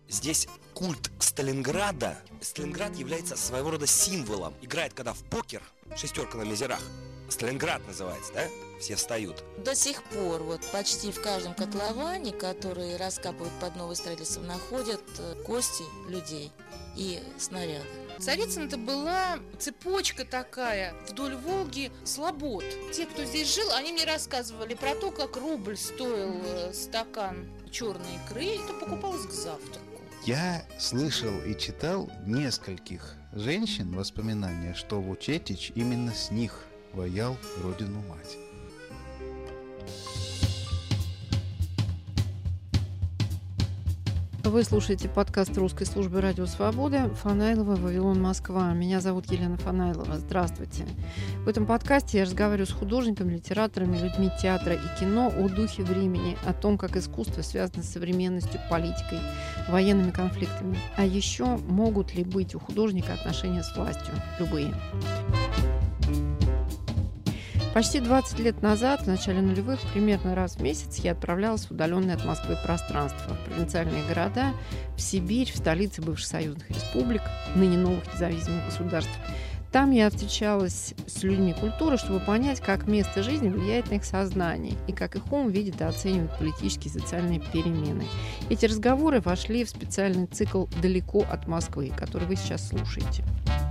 Здесь культ Сталинграда. Сталинград является своего рода символом. Играет когда в покер, шестерка на мизерах. Сталинград называется, да? Все встают. До сих пор вот почти в каждом котловане, который раскапывают под новое строительство, находят кости людей и снаряды. Царицын это была цепочка такая вдоль Волги слобод. Те, кто здесь жил, они мне рассказывали про то, как рубль стоил стакан черной икры, и это покупалось к завтраку. Я слышал и читал нескольких женщин воспоминания, что Вучетич именно с них воял родину-мать. Вы слушаете подкаст русской службы «Радио Свобода» Фанайлова, Вавилон, Москва. Меня зовут Елена Фанайлова. Здравствуйте. В этом подкасте я разговариваю с художниками, литераторами, людьми театра и кино о духе времени, о том, как искусство связано с современностью, политикой, военными конфликтами. А еще могут ли быть у художника отношения с властью? Любые. Почти 20 лет назад, в начале нулевых, примерно раз в месяц я отправлялась в удаленное от Москвы пространство, в провинциальные города, в Сибирь, в столицы бывших союзных республик, ныне новых независимых государств. Там я встречалась с людьми культуры, чтобы понять, как место жизни влияет на их сознание и как их ум видит и оценивает политические и социальные перемены. Эти разговоры вошли в специальный цикл «Далеко от Москвы», который вы сейчас слушаете.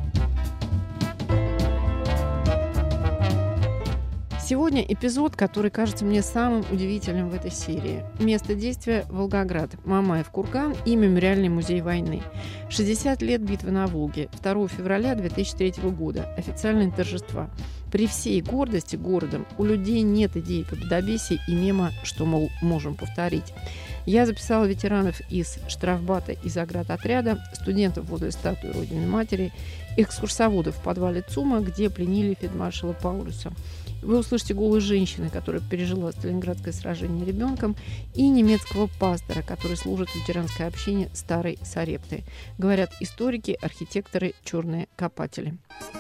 Сегодня эпизод, который кажется мне самым удивительным в этой серии. Место действия – Волгоград, Мамаев курган и Мемориальный музей войны. 60 лет битвы на Волге, 2 февраля 2003 года, официальные торжества. При всей гордости городом у людей нет идеи победобесия и мема, что, мол, можем повторить. Я записала ветеранов из штрафбата и заградотряда, студентов возле статуи Родины Матери, экскурсоводов в подвале ЦУМа, где пленили фельдмаршала Паулюса. Вы услышите голос женщины, которая пережила Сталинградское сражение ребенком, и немецкого пастора, который служит в ветеранской общине Старой Сарепты. Говорят историки, архитекторы, черные копатели.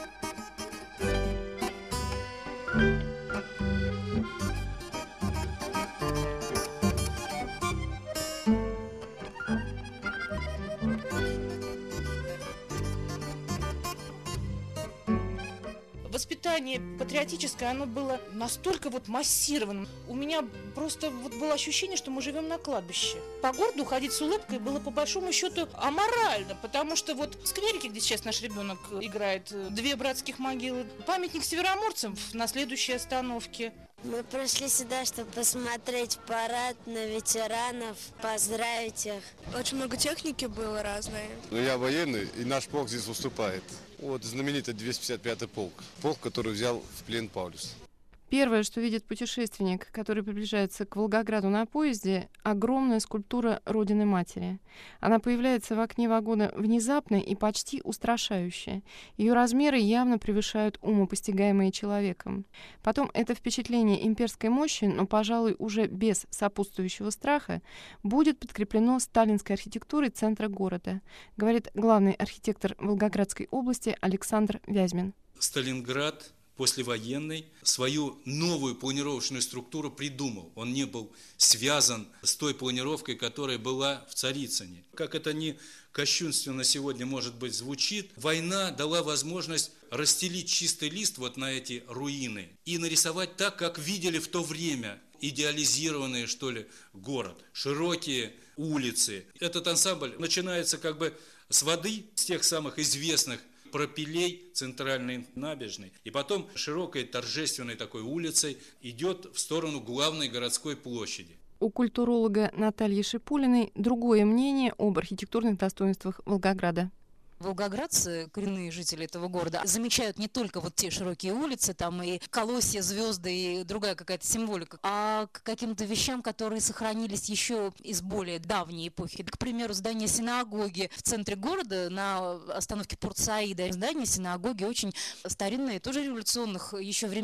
Воспитание патриотическое, оно было настолько массированным. У меня просто было ощущение, что мы живем на кладбище. По городу ходить с улыбкой было по большому счету аморально, потому что в скверике, где сейчас наш ребенок играет, 2 братских могилы, памятник североморцам на следующей остановке. Мы пришли сюда, чтобы посмотреть парад на ветеранов, поздравить их. Очень много техники было разной. Я военный, и наш полк здесь выступает. Знаменитый 255-й полк. Полк, который взял в плен Паулюс. Первое, что видит путешественник, который приближается к Волгограду на поезде, огромная скульптура Родины Матери. Она появляется в окне вагона внезапно и почти устрашающе. Ее размеры явно превышают умопостигаемые человеком. Потом это впечатление имперской мощи, но, пожалуй, уже без сопутствующего страха, будет подкреплено сталинской архитектурой центра города, говорит главный архитектор Волгоградской области Александр Вязьмин. Сталинград послевоенный свою новую планировочную структуру придумал. Он не был связан с той планировкой, которая была в Царицыне. Как это ни кощунственно сегодня, может быть, звучит, война дала возможность расстелить чистый лист на эти руины и нарисовать так, как видели в то время идеализированный, город. Широкие улицы. Этот ансамбль начинается с воды, с тех самых известных пропилей центральной набережной, и потом широкой торжественной такой улицей идет в сторону главной городской площади. У культуролога Натальи Шипулиной другое мнение об архитектурных достоинствах Волгограда. Волгоградцы, коренные жители этого города, замечают не только те широкие улицы, там и колосья, звезды и другая какая-то символика, а к каким-то вещам, которые сохранились еще из более давней эпохи. К примеру, здание синагоги в центре города на остановке Порт-Саида. Здание синагоги очень старинное, тоже революционных еще времен.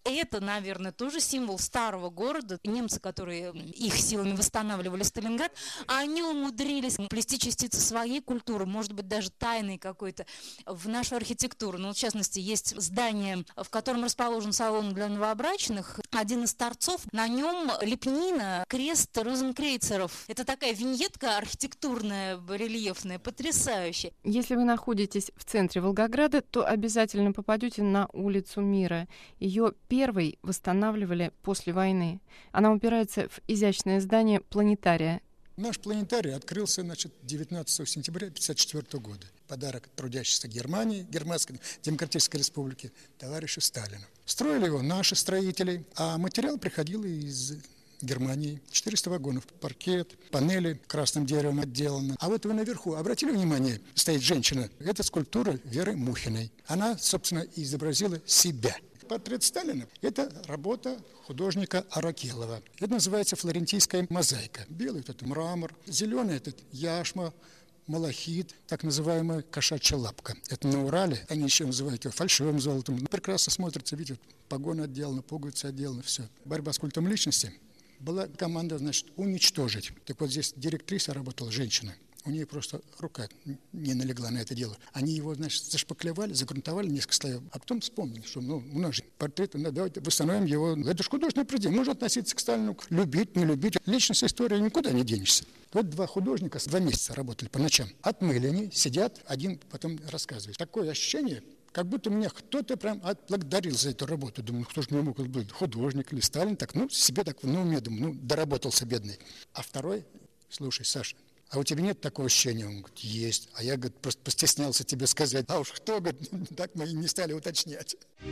это, наверное, тоже символ старого города. Немцы, которые их силами восстанавливали Сталинград, они умудрились плести частицы своей культуры, может быть, даже тайной какой-то, в нашу архитектуру. Ну, в частности, есть здание, в котором расположен салон для новобрачных. Один из торцов, на нем лепнина, крест розенкрейцеров. Это такая виньетка архитектурная, рельефная, потрясающая. Если вы находитесь в центре Волгограда, то обязательно попадете на улицу Мира. Ее первой восстанавливали после войны. Она упирается в изящное здание планетария. Наш планетарий открылся, 19 сентября 1954 года. Подарок трудящейся Германии, Германской Демократической Республики, товарищу Сталину. Строили его наши строители, а материал приходил из Германии. 400 вагонов, паркет, панели красным деревом отделаны. А вот вы наверху обратили внимание, стоит женщина. Это скульптура Веры Мухиной. Она, собственно, изобразила себя. Портрет Сталина – это работа художника Аракелова. Это называется флорентийская мозаика. Белый – это мрамор, зеленый – это яшма, малахит, так называемая кошачья лапка. Это на Урале, они еще называют его фальшивым золотом. Прекрасно смотрится, видите, погоны отделаны, пуговицы отделаны, все. Борьба с культом личности. Была команда, уничтожить. Так вот здесь директриса работала, женщина. У нее просто рука не налегла на это дело. Они его, зашпаклевали, загрунтовали несколько слоев. А потом вспомнили, что у нас же портрет, давайте восстановим его. Это же художественное произведение. Можно относиться к Сталину, любить, не любить. Личность истории никуда не денешься. Вот два художника 2 месяца работали по ночам. Отмыли они, сидят, один потом рассказывает. Такое ощущение, как будто меня кто-то прям отблагодарил за эту работу. Думаю, кто же мне мог быть, художник или Сталин? Так, себе так на уме, думаю, доработался бедный. А второй, слушай, Саша, а у тебя нет такого ощущения? Он говорит, есть. А я, говорит, просто постеснялся тебе сказать. А уж кто, говорит, так мы и не стали уточнять.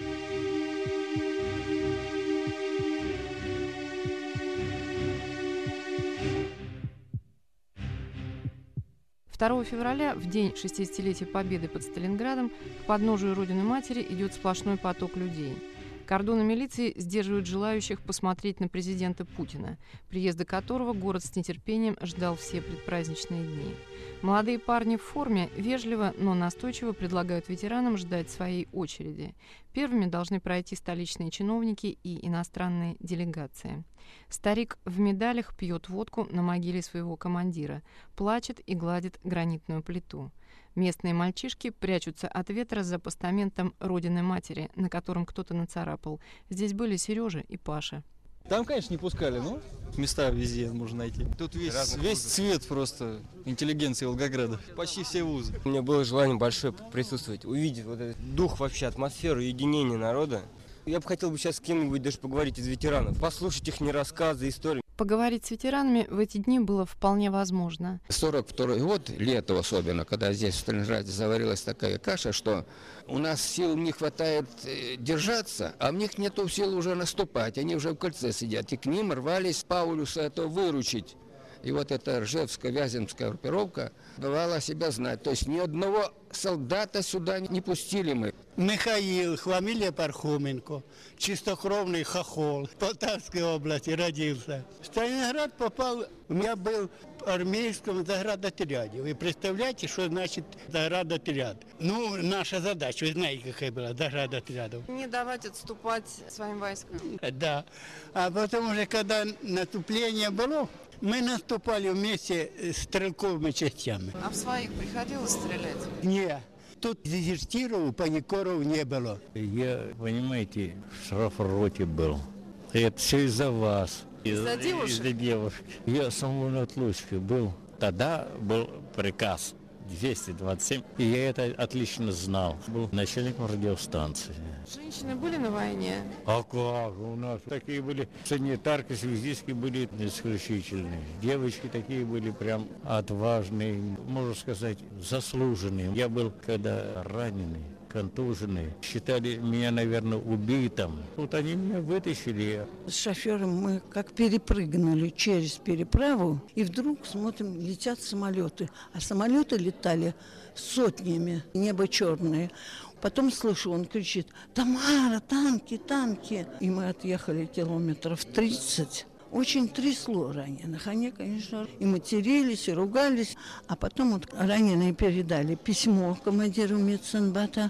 2 февраля, в день 60-летия Победы под Сталинградом, к подножию Родины Матери идет сплошной поток людей. Кордоны милиции сдерживают желающих посмотреть на президента Путина, приезда которого город с нетерпением ждал все предпраздничные дни. Молодые парни в форме вежливо, но настойчиво предлагают ветеранам ждать своей очереди. Первыми должны пройти столичные чиновники и иностранные делегации. Старик в медалях пьет водку на могиле своего командира, плачет и гладит гранитную плиту. Местные мальчишки прячутся от ветра за постаментом Родины Матери, на котором кто-то нацарапал. Здесь были Сережа и Паша. Там, конечно, не пускали, но места везде можно найти. Тут весь цвет просто интеллигенции Волгограда. Почти все вузы. У меня было желание большое присутствовать, увидеть вот этот дух вообще, атмосферу единения народа. Я бы хотел сейчас с кем-нибудь даже поговорить из ветеранов, послушать их рассказы, истории. Поговорить с ветеранами в эти дни было вполне возможно. 42-й год, лето особенно, когда здесь в Сталинграде заварилась такая каша, что у нас сил не хватает держаться, а у них нету сил уже наступать. Они уже в кольце сидят, и к ним рвались Паулюса это выручить. И вот эта Ржевско-Вяземская группировка давала себя знать. То есть ни одного солдата сюда не пустили мы. Михаил, фамилия Пархоменко, чистокровный хохол, в Полтавской области родился. В Сталинград попал, я был в армейском заградотряде. Вы представляете, что значит заградотряд? Ну, наша задача, вы знаете, какая была, заградотрядов. Не давать отступать своим войскам. Да, а потом уже, когда наступление было, мы наступали вместе с стрелковыми частями. А в своих приходилось стрелять? Нет. Тут дезертиров, паникоров не было. Я, понимаете, в штрафроте был. И это все из-за вас. Из-за девушек? Из-за девушек. Я сам в отлучке был. Тогда был приказ 227, и я это отлично знал. Был начальником радиостанции. Женщины были на войне? А как? У нас такие были санитарки, связистки были исключительные. Девочки такие были прям отважные, можно сказать, заслуженные. Я был когда раненый, контуженный. Считали меня, наверное, убитым. Вот они меня вытащили. С шофером мы как перепрыгнули через переправу, и вдруг смотрим, летят самолеты. А самолеты летали сотнями, небо черное. Потом слышу, он кричит: «Тамара, танки, танки!» И мы отъехали километров 30. Очень трясло раненых. Они, конечно, и матерились, и ругались. А потом вот раненые передали письмо командиру медсанбата.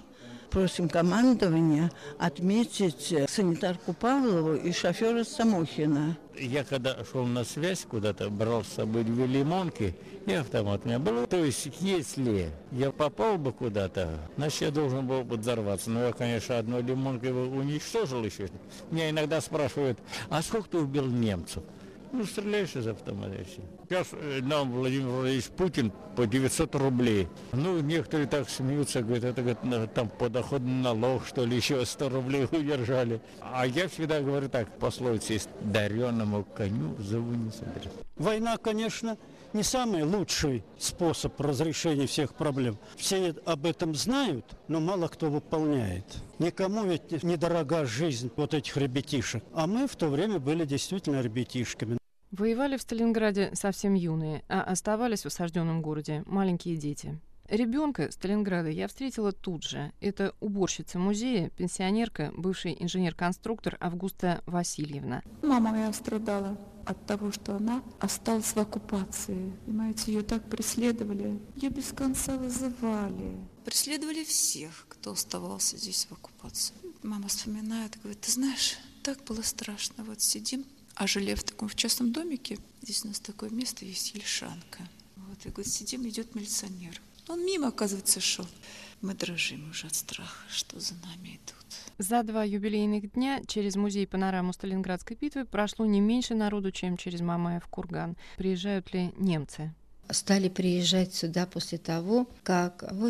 Просим командования отметить санитарку Павлову и шофера Самохина. Я когда шел на связь куда-то, брал с собой 2 лимонки, и автомат у меня был. То есть, если я попал бы куда-то, значит, я должен был бы взорваться. Но я, конечно, одной лимонкой уничтожил еще. Меня иногда спрашивают, а сколько ты убил немцев? Ну, стреляешь из автомата и все. Сейчас нам Владимир Владимирович Путин по 900 рублей. Ну, некоторые так смеются, говорят, это говорит, там подоходный налог, что ли, еще 100 рублей удержали. А я всегда говорю так, пословица есть, дареному коню зову не соберет. Война, конечно, не самый лучший способ разрешения всех проблем. Все об этом знают, но мало кто выполняет. Никому ведь недорога жизнь вот этих ребятишек. А мы в то время были действительно ребятишками. Воевали в Сталинграде совсем юные, а оставались в осажденном городе маленькие дети. Ребенка Сталинграда я встретила тут же. Это уборщица музея, пенсионерка, бывший инженер-конструктор Августа Васильевна. Мама моя страдала от того, что она осталась в оккупации. Понимаете, ее так преследовали, ее без конца вызывали. Преследовали всех, кто оставался здесь в оккупации. Мама вспоминает, говорит, ты знаешь, так было страшно. Вот сидим, а жили в таком в частном домике. Здесь у нас такое место есть, Ельшанка. Вот, и говорит, сидим, идет милиционер. Он мимо, оказывается, шел. Мы дрожим уже от страха, что за нами идут. За 2 юбилейных дня через музей-панораму Сталинградской битвы прошло не меньше народу, чем через Мамаев курган. Приезжают ли немцы? Стали приезжать сюда после того, как в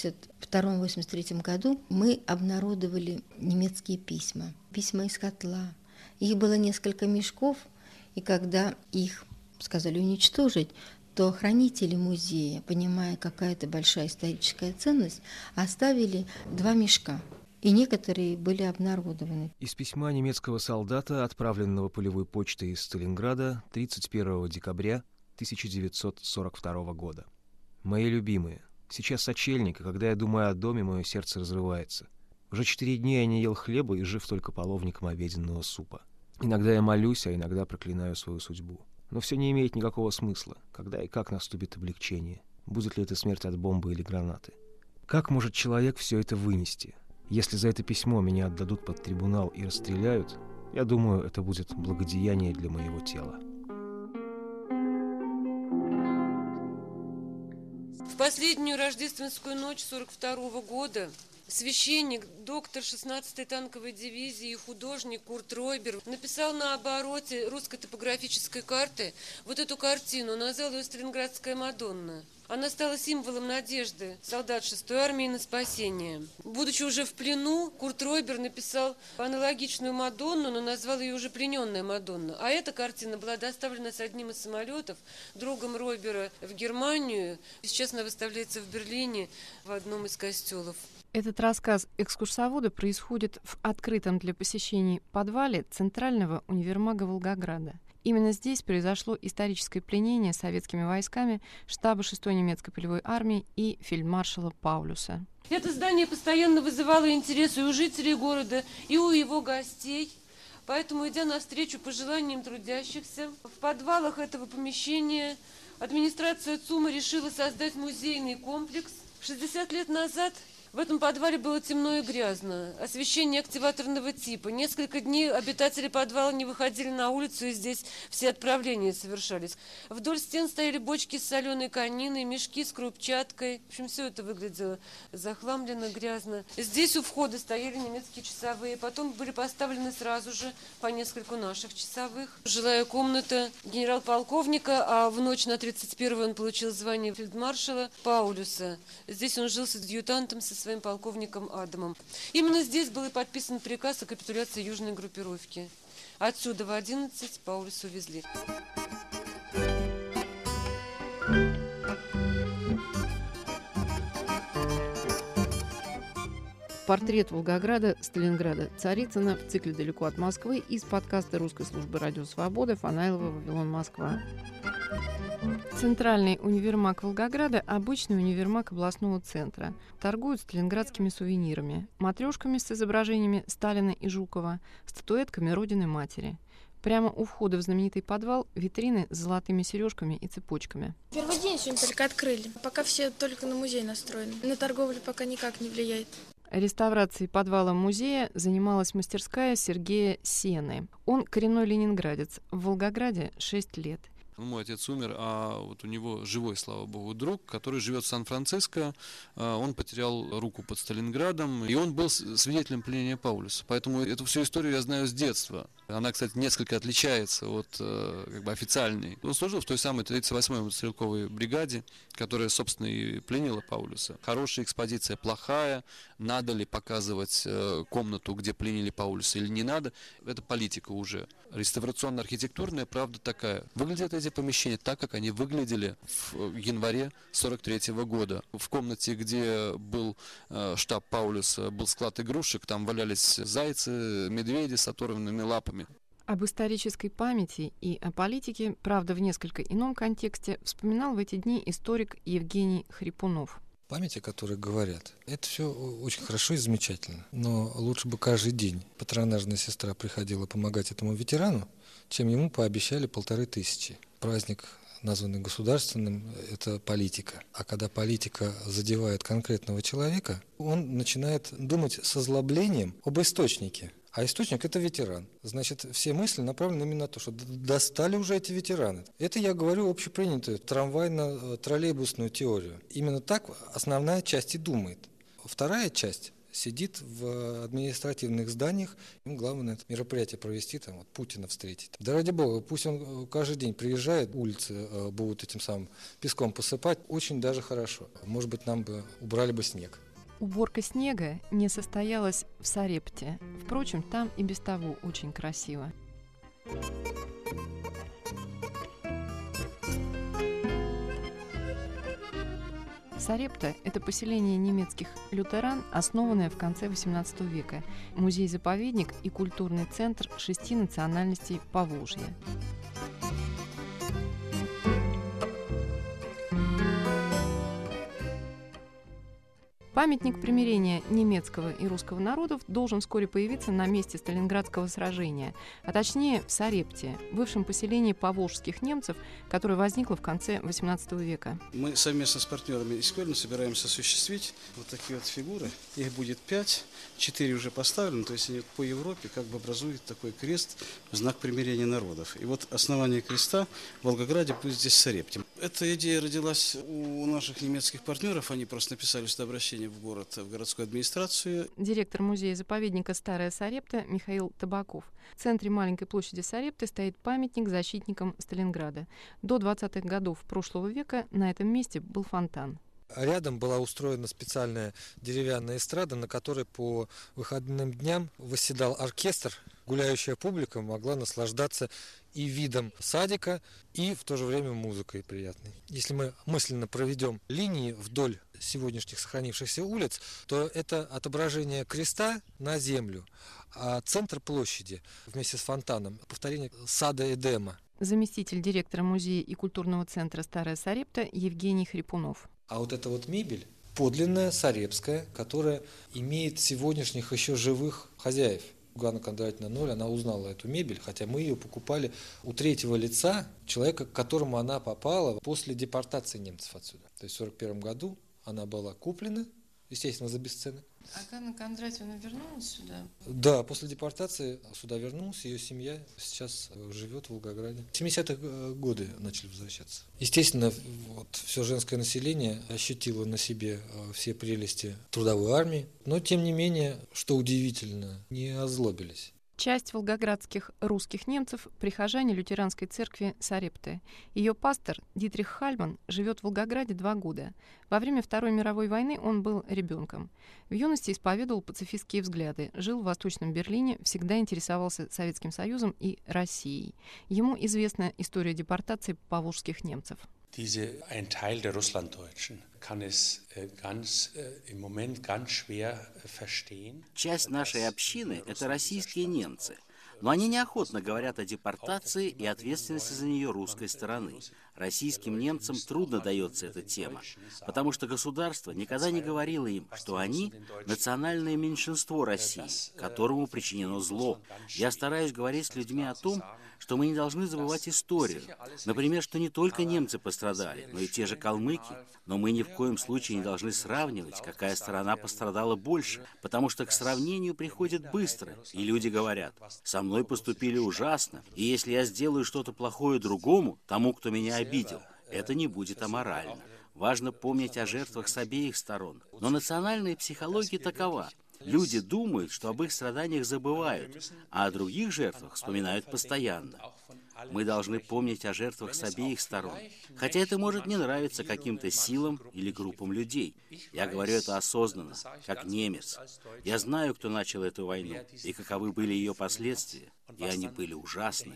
1982-1983 году мы обнародовали немецкие письма. Письма из котла. Их было несколько мешков, и когда их сказали уничтожить, то хранители музея, понимая, какая это большая историческая ценность, оставили 2 мешка. И некоторые были обнародованы. Из письма немецкого солдата, отправленного полевой почтой из Сталинграда 31 декабря 1942 года. «Мои любимые, сейчас сочельник, и когда я думаю о доме, мое сердце разрывается. Уже 4 дня я не ел хлеба и жив только половником обеденного супа. Иногда я молюсь, а иногда проклинаю свою судьбу. Но все не имеет никакого смысла, когда и как наступит облегчение, будет ли это смерть от бомбы или гранаты. Как может человек все это вынести? Если за это письмо меня отдадут под трибунал и расстреляют, я думаю, это будет благодеяние для моего тела». В последнюю рождественскую ночь 1942 года священник, доктор 16-й танковой дивизии и художник Курт Ройбер написал на обороте русской топографической карты вот эту картину, назвал ее «Сталинградская Мадонна». Она стала символом надежды солдат 6-й армии на спасение. Будучи уже в плену, Курт Ройбер написал аналогичную Мадонну, но назвал ее уже «Плененная Мадонна». А эта картина была доставлена с одним из самолетов другом Ройбера в Германию. Сейчас она выставляется в Берлине в одном из костелов. Этот рассказ экскурсовода происходит в открытом для посещений подвале Центрального универмага Волгограда. Именно здесь произошло историческое пленение советскими войсками штаба 6-й немецкой полевой армии и фельдмаршала Паулюса. Это здание постоянно вызывало интерес и у жителей города, и у его гостей. Поэтому, идя навстречу пожеланиям трудящихся, в подвалах этого помещения администрация ЦУМа решила создать музейный комплекс. 60 лет назад в этом подвале было темно и грязно, освещение активаторного типа. Несколько дней обитатели подвала не выходили на улицу, и здесь все отправления совершались. Вдоль стен стояли бочки с соленой кониной, мешки с крупчаткой. В общем, все это выглядело захламленно, грязно. Здесь у входа стояли немецкие часовые, потом были поставлены сразу же по нескольку наших часовых. Жилая комната генерал-полковника, а в ночь на 31-й он получил звание фельдмаршала Паулюса. Здесь он жил с адъютантом, со своим полковником Адамом. Именно здесь был и подписан приказ о капитуляции южной группировки. Отсюда в 11 Паулюса увезли. Портрет Волгограда, Сталинграда, Царицына в цикле «Далеко от Москвы» из подкаста русской службы «Радио Свобода» Фанайлова, Вавилон, Москва. Центральный универмаг Волгограда – обычный универмаг областного центра. Торгуют сталинградскими сувенирами, матрешками с изображениями Сталина и Жукова, статуэтками Родины Матери. Прямо у входа в знаменитый подвал витрины с золотыми сережками и цепочками. Первый день сегодня только открыли. Пока все только на музей настроены. На торговлю пока никак не влияет. Реставрацией подвала музея занималась мастерская Сергея Сены. Он коренной ленинградец. В Волгограде 6 лет. Мой отец умер, а вот у него живой, слава богу, друг, который живет в Сан-Франциско. Он потерял руку под Сталинградом, и он был свидетелем пленения Паулюса. Поэтому эту всю историю я знаю с детства. Она, кстати, несколько отличается от как бы официальной. Он служил в той самой 38-й стрелковой бригаде, которая, собственно, и пленила Паулюса. Хорошая экспозиция, плохая. Надо ли показывать комнату, где пленили Паулюса, или не надо? Это политика уже. Реставрационно-архитектурная правда такая. Выглядят эти помещения так, как они выглядели в январе 1943 года. В комнате, где был штаб Паулюса, был склад игрушек, там валялись зайцы, медведи с оторванными лапами. Об исторической памяти и о политике, правда, в несколько ином контексте, вспоминал в эти дни историк Евгений Хрипунов. Память, о которой говорят, это все очень хорошо и замечательно. Но лучше бы каждый день патронажная сестра приходила помогать этому ветерану, чем ему пообещали 1500. Праздник, названный государственным, это политика. А когда политика задевает конкретного человека, он начинает думать с озлоблением об источнике. А источник – это ветеран. Значит, все мысли направлены именно на то, что достали уже эти ветераны. Это я говорю общепринятую трамвайно-троллейбусную теорию. Именно так основная часть и думает. Вторая часть сидит в административных зданиях. Им главное это мероприятие провести, там, вот, Путина встретить. Да ради бога, пусть он каждый день приезжает, улицы будут этим самым песком посыпать. Очень даже хорошо. Может быть, нам бы убрали бы снег. Уборка снега не состоялась в Сарепте. Впрочем, там и без того очень красиво. Сарепта – это поселение немецких лютеран, основанное в конце XVIII века. Музей-заповедник и культурный центр 6 национальностей Поволжья. Памятник примирения немецкого и русского народов должен вскоре появиться на месте Сталинградского сражения, а точнее в Сарепте, бывшем поселении поволжских немцев, которое возникло в конце XVIII века. Мы совместно с партнерами из Кёльна собираемся осуществить вот такие вот фигуры. Их будет 5, 4 уже поставлены, то есть они по Европе как бы образуют такой крест в знак примирения народов. И вот основание креста в Волгограде будет здесь в Сарепте. Эта идея родилась у наших немецких партнеров, они просто написали сюда обращение в город, в городскую администрацию. Директор музея-заповедника «Старая Сарепта» Михаил Табаков. В центре маленькой площади Сарепты стоит памятник защитникам Сталинграда. До 20-х годов прошлого века на этом месте был фонтан. Рядом была устроена специальная деревянная эстрада, на которой по выходным дням восседал оркестр. Гуляющая публика могла наслаждаться и видом садика, и в то же время музыкой приятной. Если мы мысленно проведем линии вдоль сегодняшних сохранившихся улиц, то это отображение креста на землю, а центр площади вместе с фонтаном – повторение сада Эдема. Заместитель директора музея и культурного центра «Старая Сарепта» Евгений Хрипунов. А вот эта вот мебель подлинная, сарепская, которая имеет сегодняшних еще живых хозяев. Ганна Кондратьевна Ноль, она узнала эту мебель, хотя мы ее покупали у третьего лица, человека, к которому она попала после депортации немцев отсюда. То есть в 1941 году она была куплена, естественно, за бесценок. А Ганна Кондратьевна вернулась сюда? Да, после депортации сюда вернулась, ее семья сейчас живет в Волгограде. В 70-е годы начали возвращаться. Естественно, вот, все женское население ощутило на себе все прелести трудовой армии, но тем не менее, что удивительно, не озлобились. Часть волгоградских русских немцев – прихожане лютеранской церкви Сарепты. Ее пастор Дитрих Хальман живет в Волгограде 2 года. Во время Второй мировой войны он был ребенком. В юности исповедовал пацифистские взгляды, жил в Восточном Берлине, всегда интересовался Советским Союзом и Россией. Ему известна история депортации поволжских немцев. Ein Teil der Russlanddeutschen kann es im Moment ganz schwer verstehen. Часть нашей общины – это российские немцы, но они неохотно говорят о депортации и ответственности за нее русской стороны. Российским немцам трудно дается эта тема, потому что государство никогда не говорило им, что они – национальное меньшинство России, которому причинено зло. Я стараюсь говорить с людьми о том, что мы не должны забывать историю. Например, что не только немцы пострадали, но и те же калмыки. Но мы ни в коем случае не должны сравнивать, какая сторона пострадала больше, потому что к сравнению приходит быстро, и люди говорят: «Со мной поступили ужасно, и если я сделаю что-то плохое другому, тому, кто меня обидел, это не будет аморально». Важно помнить о жертвах с обеих сторон. Но национальная психология такова. Люди думают, что об их страданиях забывают, а о других жертвах вспоминают постоянно. Мы должны помнить о жертвах с обеих сторон. Хотя это может не нравиться каким-то силам или группам людей. Я говорю это осознанно, как немец. Я знаю, кто начал эту войну, и каковы были ее последствия. И они были ужасны.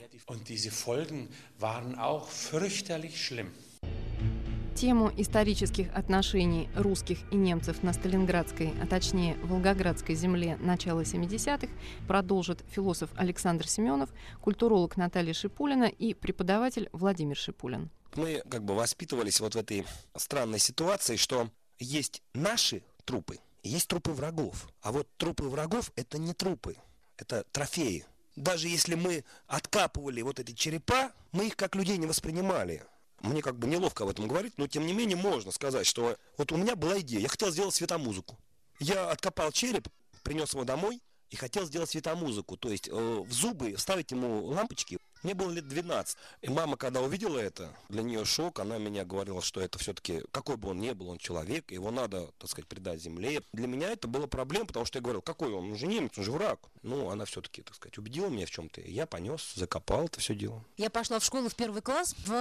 Тему исторических отношений русских и немцев на Сталинградской, а точнее Волгоградской земле начала 70-х продолжит философ Александр Семенов, культуролог Наталья Шипулина и преподаватель Владимир Шипулин. Мы воспитывались вот в этой странной ситуации, что есть наши трупы, и есть трупы врагов. А вот трупы врагов — это не трупы, это трофеи. Даже если мы откапывали вот эти черепа, мы их как людей не воспринимали. Мне неловко об этом говорить, но тем не менее можно сказать, что вот у меня была идея, я хотел сделать светомузыку. Я откопал череп, принес его домой и хотел сделать светомузыку, то есть в зубы вставить ему лампочки. Мне было лет 12. И мама, когда увидела это, для нее шок. Она меня говорила, что это все-таки, какой бы он ни был, он человек, его надо, так сказать, предать земле. Для меня это была проблема, потому что я говорил, какой он же немец, он же враг. Ну, она все-таки, так сказать, убедила меня в чем-то. Я понес, закопал это все дело. Я пошла в школу в первый класс в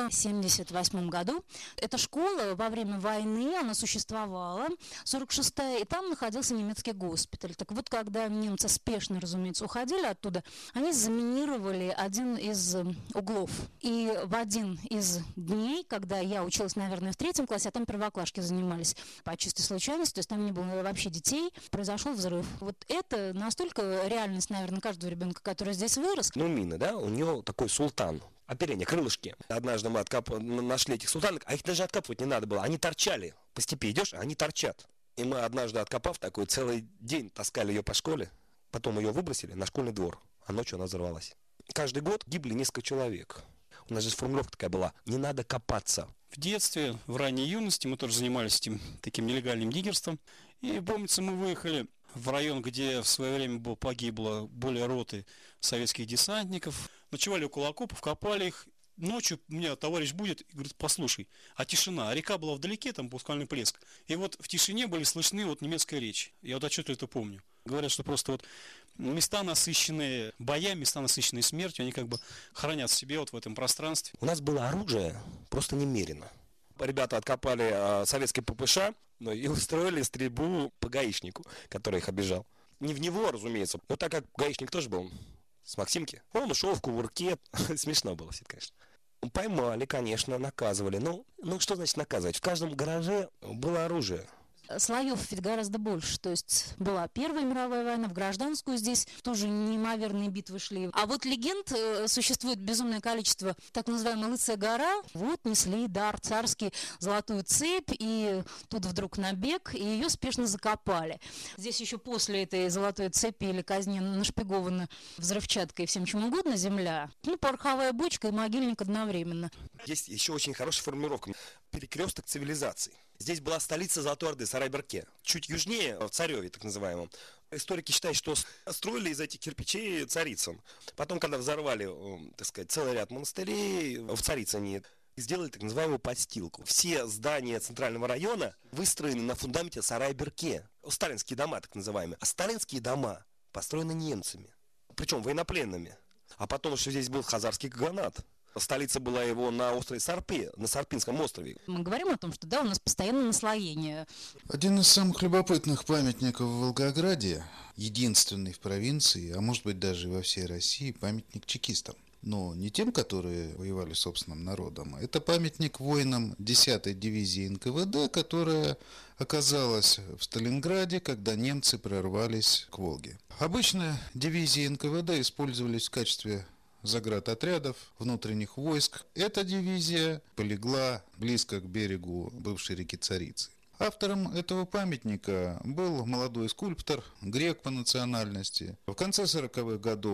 1978 году. Эта школа во время войны, она существовала, 46-я, и там находился немецкий госпиталь. Так вот, когда немцы спешно, разумеется, уходили оттуда, они заминировали один из углов. И в один из дней, когда я училась, наверное, в 3 классе, а там первоклашки занимались по чистой случайности, то есть там не было вообще детей, произошел взрыв. Вот это настолько реальность, наверное, каждого ребенка, который здесь вырос. Ну, мина, да, у нее такой султан. Оперение, крылышки. Однажды мы нашли этих султанок, а их даже откапывать не надо было. Они торчали. По степи идешь, а они торчат. И мы однажды, откопав такой, целый день таскали ее по школе, потом ее выбросили на школьный двор, а ночью она взорвалась. Каждый год гибли несколько человек. У нас же формулировка такая была: не надо копаться. В детстве, в ранней юности мы тоже занимались этим таким нелегальным диггерством. И, помнится, мы выехали в район, где в свое время погибло более роты советских десантников. Ночевали около окопов, копали их. Ночью у меня товарищ будет и говорит: послушай, а тишина, а река была вдалеке, там был скальный плеск. И вот в тишине были слышны немецкая речь. Я отчетливо это помню. Говорят, что просто места, насыщенные боями, места, насыщенные смертью, они хранят в себе в этом пространстве. У нас было оружие просто немерено. Ребята откопали советский ППШ, и устроили стрельбу по гаишнику, который их обижал. Не в него, разумеется, но так как гаишник тоже был с Максимки, он ушел в кувырке. Смешно было все это, конечно. Поймали, конечно, наказывали. Ну, что значит наказывать? В каждом гараже было оружие. Слоев ведь гораздо больше. То есть была Первая мировая война, в гражданскую здесь тоже неимоверные битвы шли. А вот легенд существует безумное количество. Так называемая Лысая гора. Вот несли дар царский, золотую цепь, и тут вдруг набег, и ее спешно закопали. Здесь еще после этой золотой цепи или казни нашпигована взрывчаткой и всем чем угодно земля. Пороховая бочка и могильник одновременно. Есть еще очень хорошая формулировка. Перекресток цивилизаций. Здесь была столица Золотой Орды, Сарай-Берке. Чуть южнее, в Цареве, так называемом. Историки считают, что строили из этих кирпичей Царицын. Потом, когда взорвали, так сказать, целый ряд монастырей в Царицыне, сделали так называемую подстилку. Все здания центрального района выстроены на фундаменте Сарай-Берке. Сталинские дома, так называемые. А сталинские дома построены немцами. Причем военнопленными. А потом еще здесь был хазарский каганат. Столица была его на острове Сарпе, на Сарпинском острове. Мы говорим о том, что у нас постоянно наслоение. Один из самых любопытных памятников в Волгограде, единственный в провинции, а может быть даже во всей России, памятник чекистам. Но не тем, которые воевали с собственным народом. Это памятник воинам 10-й дивизии НКВД, которая оказалась в Сталинграде, когда немцы прорвались к Волге. Обычно дивизии НКВД использовались в качестве заградотрядов, внутренних войск. Эта дивизия полегла близко к берегу бывшей реки Царицы. Автором этого памятника был молодой скульптор, грек по национальности. В конце 40-х годов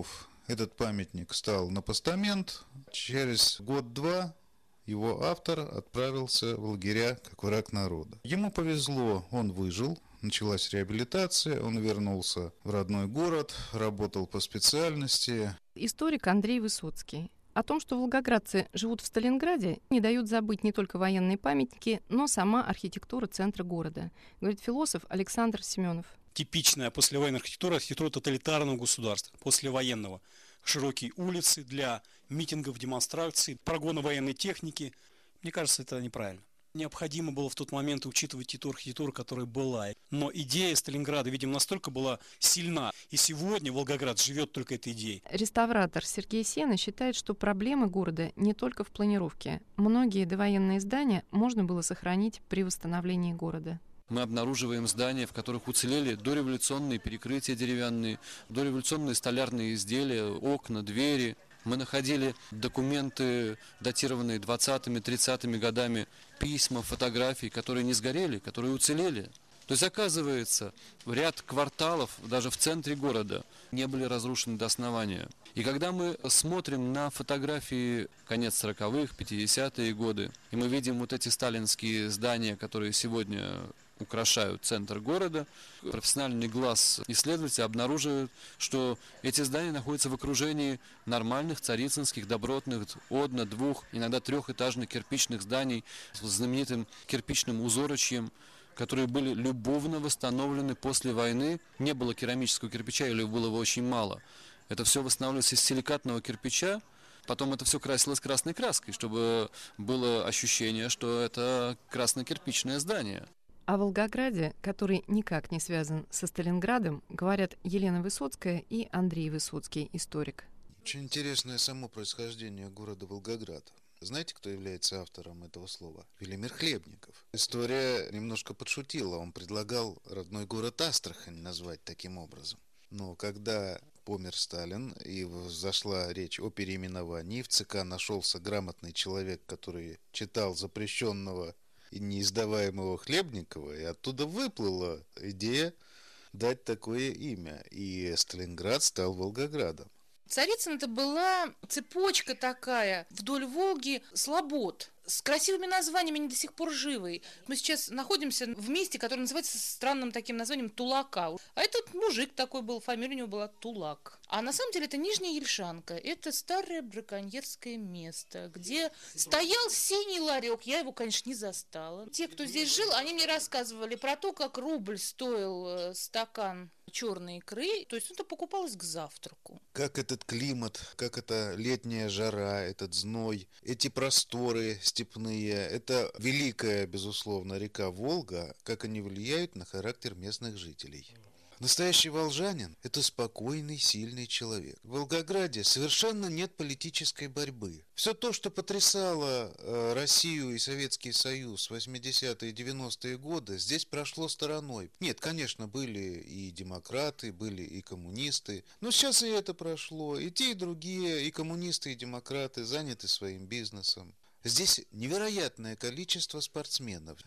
этот памятник стал на постамент. Через год-два его автор отправился в лагеря как враг народа. Ему повезло, он выжил. Началась реабилитация, он вернулся в родной город, работал по специальности. Историк Андрей Высоцкий. О том, что волгоградцы живут в Сталинграде, не дают забыть не только военные памятники, но сама архитектура центра города, говорит философ Александр Семенов. Типичная послевоенная архитектура тоталитарного государства, послевоенного. Широкие улицы для митингов, демонстраций, прогона военной техники. Мне кажется, это неправильно. Необходимо было в тот момент учитывать ту архитектуру, которая была. Но идея Сталинграда, видимо, настолько была сильна. И сегодня Волгоград живет только этой идеей. Реставратор Сергей Сена считает, что проблемы города не только в планировке. Многие довоенные здания можно было сохранить при восстановлении города. Мы обнаруживаем здания, в которых уцелели дореволюционные перекрытия деревянные, дореволюционные столярные изделия, окна, двери. Мы находили документы, датированные 20-ми, 30-ми годами, письма, фотографии, которые не сгорели, которые уцелели. То есть, оказывается, ряд кварталов, даже в центре города, не были разрушены до основания. И когда мы смотрим на фотографии конец 40-х, 50-е годы, и мы видим вот эти сталинские здания, которые сегодня украшают центр города, профессиональный глаз исследователя обнаруживает, что эти здания находятся в окружении нормальных царицынских, добротных, одно-, двух-, иногда трехэтажных кирпичных зданий с знаменитым кирпичным узорочьем, которые были любовно восстановлены после войны. Не было керамического кирпича или было его очень мало. Это все восстанавливалось из силикатного кирпича. Потом это все красилось красной краской, чтобы было ощущение, что это красно-кирпичное здание. О Волгограде, который никак не связан со Сталинградом, говорят Елена Высоцкая и Андрей Высоцкий, историк. Очень интересное само происхождение города Волгоград. Знаете, кто является автором этого слова? Велимир Хлебников. История немножко подшутила. Он предлагал родной город Астрахань назвать таким образом. Но когда помер Сталин и зашла речь о переименовании, в ЦК нашелся грамотный человек, который читал запрещенного и неиздаваемого Хлебникова, и оттуда выплыла идея дать такое имя. И Сталинград стал Волгоградом. Царицын это была цепочка такая вдоль Волги слобод с красивыми названиями, они до сих пор живы. Мы сейчас находимся в месте, которое называется странным таким названием Тулака. А этот мужик такой был, фамилия у него была Тулак. А на самом деле это Нижняя Ельшанка. Это старое браконьерское место, где стоял синий ларек. Я его, конечно, не застала. Те, кто здесь жил, они мне рассказывали про то, как рубль стоил стакан черной икры, то есть это покупалось к завтраку. Как этот климат, как эта летняя жара, этот зной, эти просторы степные, это великая, безусловно, река Волга, как они влияют на характер местных жителей. Настоящий волжанин – это спокойный, сильный человек. В Волгограде совершенно нет политической борьбы. Все то, что потрясало Россию и Советский Союз в 80-е и 90-е годы, здесь прошло стороной. Нет, конечно, были и демократы, были и коммунисты, но сейчас и это прошло. И те, и другие, и коммунисты, и демократы заняты своим бизнесом. Здесь невероятное количество спортсменов.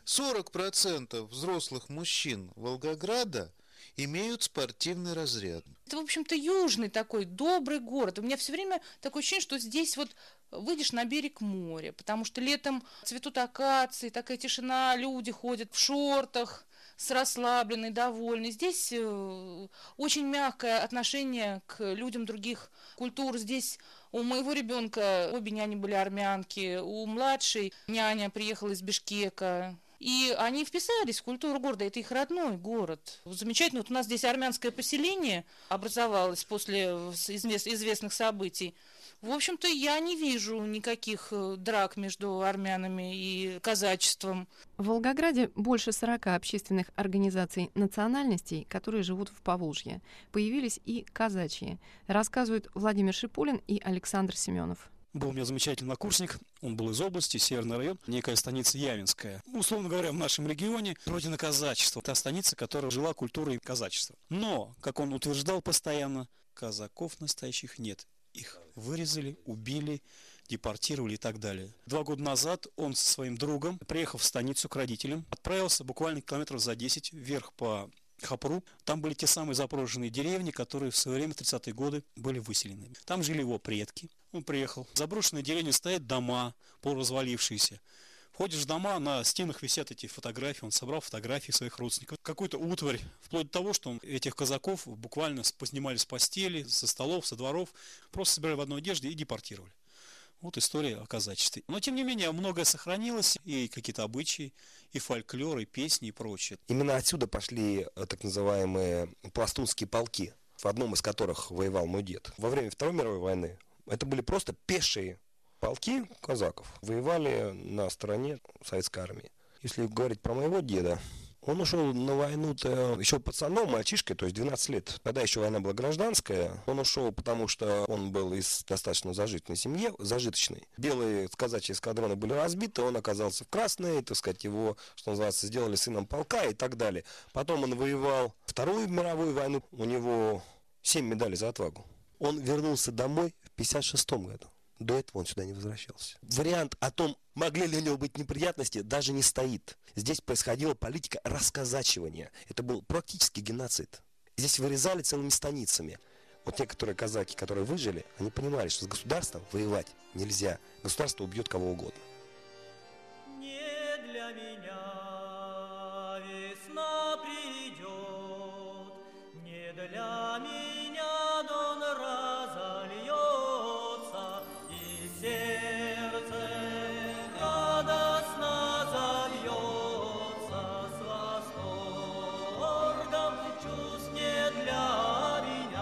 40% взрослых мужчин Волгограда имеют спортивный разряд. Это, в общем-то, южный такой добрый город. У меня все время такое ощущение, что здесь вот выйдешь на берег моря, потому что летом цветут акации, такая тишина, люди ходят в шортах, с расслабленной, довольной. Здесь очень мягкое отношение к людям других культур. Здесь у моего ребенка обе няни были армянки, у младшей няня приехала из Бишкека. И они вписались в культуру города, это их родной город. Замечательно, вот у нас здесь армянское поселение образовалось после известных событий. В общем-то, я не вижу никаких драк между армянами и казачеством. В Волгограде больше 40 общественных организаций национальностей, которые живут в Поволжье. Появились и казачьи, рассказывают Владимир Шипулин и Александр Семенов. Был у меня замечательный однокурсник, он был из области, Северный район, некая станица Явинская. Условно говоря, в нашем регионе родина казачества. Та станица, которая жила культурой казачества. Но, как он утверждал постоянно, казаков настоящих нет. Их вырезали, убили, депортировали и так далее. 2 года назад он со своим другом, приехав в станицу к родителям, отправился буквально километров за 10 вверх по Хапру. Там были те самые заброшенные деревни, которые в свое время, в 30-е годы, были выселены. Там жили его предки. Он приехал. В заброшенной деревне стоят дома, полуразвалившиеся. Входишь в дома, на стенах висят эти фотографии. Он собрал фотографии своих родственников. Какую-то утварь. Вплоть до того, что он этих казаков буквально поснимали с постели, со столов, со дворов. Просто собирали в одной одежде и депортировали. Вот история о казачестве. Но, тем не менее, многое сохранилось. И какие-то обычаи, и фольклор, и песни, и прочее. Именно отсюда пошли так называемые пластунские полки, в одном из которых воевал мой дед. Во время Второй мировой войны это были просто пешие полки казаков. Воевали на стороне советской армии. Если говорить про моего деда, он ушел на войну-то еще пацаном, мальчишкой, то есть 12 лет. Тогда еще война была гражданская. Он ушел, потому что он был из достаточно зажиточной семьи, зажиточной. Белые казачьи эскадроны были разбиты, он оказался в красной, так сказать, его, что называется, сделали сыном полка и так далее. Потом он воевал Вторую мировую войну, у него 7 медалей за отвагу. Он вернулся домой в 1956 году. До этого он сюда не возвращался. Вариант о том, могли ли у него быть неприятности, даже не стоит. Здесь происходила политика расказачивания. Это был практически геноцид. Здесь вырезали целыми станицами. Вот некоторые казаки, которые выжили, они понимали, что с государством воевать нельзя. Государство убьет кого угодно. Не для меня весна придет, не для меня дон разольется, и сердце радостно забьется с восторгом чувств не для меня.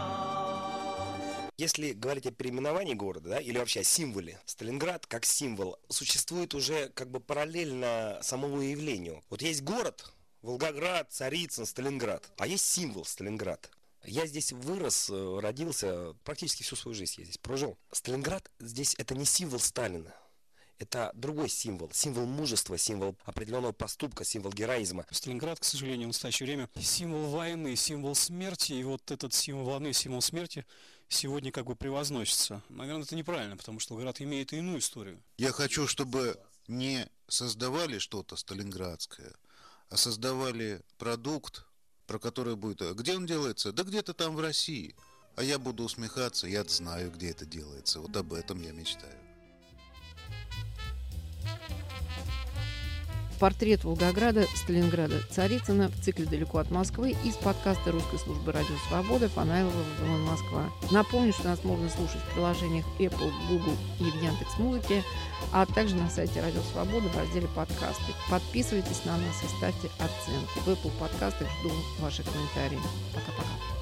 Если говорить о переименовании города, да, или вообще о символе, Сталинград как символ существует уже как бы параллельно самому явлению. Вот есть город, Волгоград, Царицын, Сталинград, а есть символ Сталинград. Я здесь вырос, родился, практически всю свою жизнь я здесь прожил. Сталинград здесь это не символ Сталина. Это другой символ. Символ мужества, символ определенного поступка, символ героизма. Сталинград, к сожалению, в настоящее время символ войны, символ смерти. И вот этот символ войны, символ смерти сегодня как бы превозносится. Наверное, это неправильно, потому что Волгоград имеет и иную историю. Я хочу, чтобы не создавали что-то сталинградское, а создавали продукт, про который будет... Где он делается? Да где-то там в России. А я буду усмехаться, я знаю, где это делается. Вот об этом я мечтаю. Портрет Волгограда, Сталинграда, Царицына в цикле «Далеко от Москвы» из подкаста русской службы «Радио Свобода» Фанайлова, Вавилон, Москва. Напомню, что нас можно слушать в приложениях Apple, Google и в Яндекс.Музыке, а также на сайте «Радио Свобода» в разделе «Подкасты». Подписывайтесь на нас и ставьте оценки. В Apple подкастах жду ваших комментариев. Пока-пока.